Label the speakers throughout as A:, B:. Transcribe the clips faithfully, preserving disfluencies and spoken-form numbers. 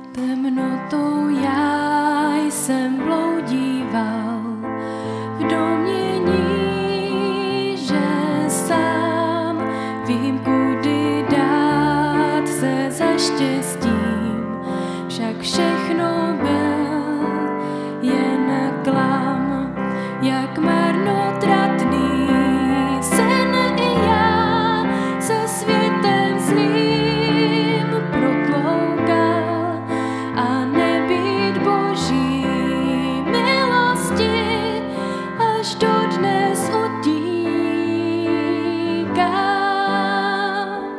A: Temnotou já jsem bloudíval v domnění, že sám vím, kudy dát se za štěstím, však všechno byl jen klam, jak marnotratný sen i já se světem zlým protloukal a nebýt Boží milosti až dodnes utíkám.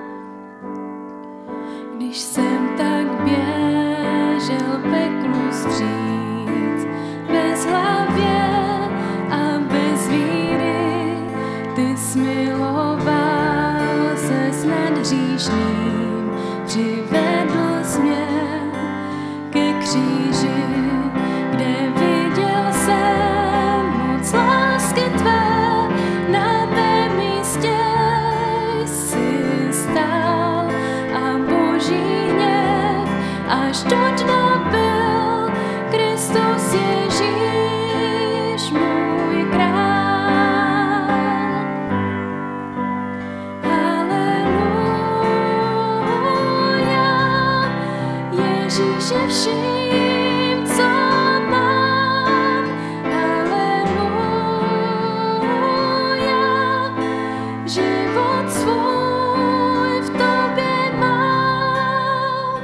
A: Když jsem tak běžel peklu vstříc, bez hlavě a bez víry, ty smiloval se s nadříšným, přivedl jsi mě ke kříži, kde viděl jsem moc lásky tvé, na mém místě jsi stál a Boží hněv až do dna byl Kristus Ježíš, můj král. Haleluja, Ježíš je vším, co mám. Haleluja, život svůj v tobě mám.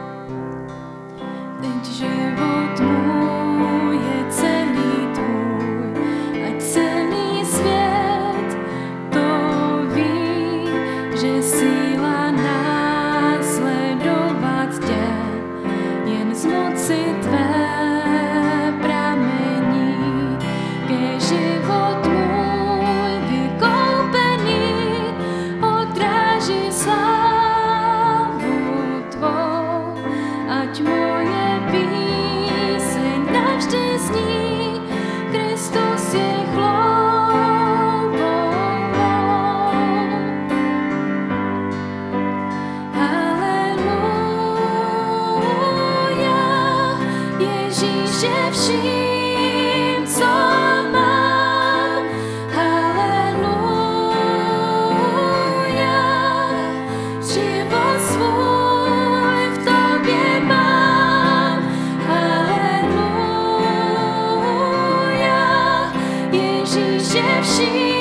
A: Teď život můj je celý tvůj, ať celý svět to ví, že síla následovat tě jen z moci tvé pramení. Ke život můj vykoupený odráží slávu tvou, ať moje píseň navždy zní, Kristus je chloubou mou. Haleluja, Ježíš je vším, co mám. Haleluja, život svůj v tobě mám. Haleluja, Ježíš je vším.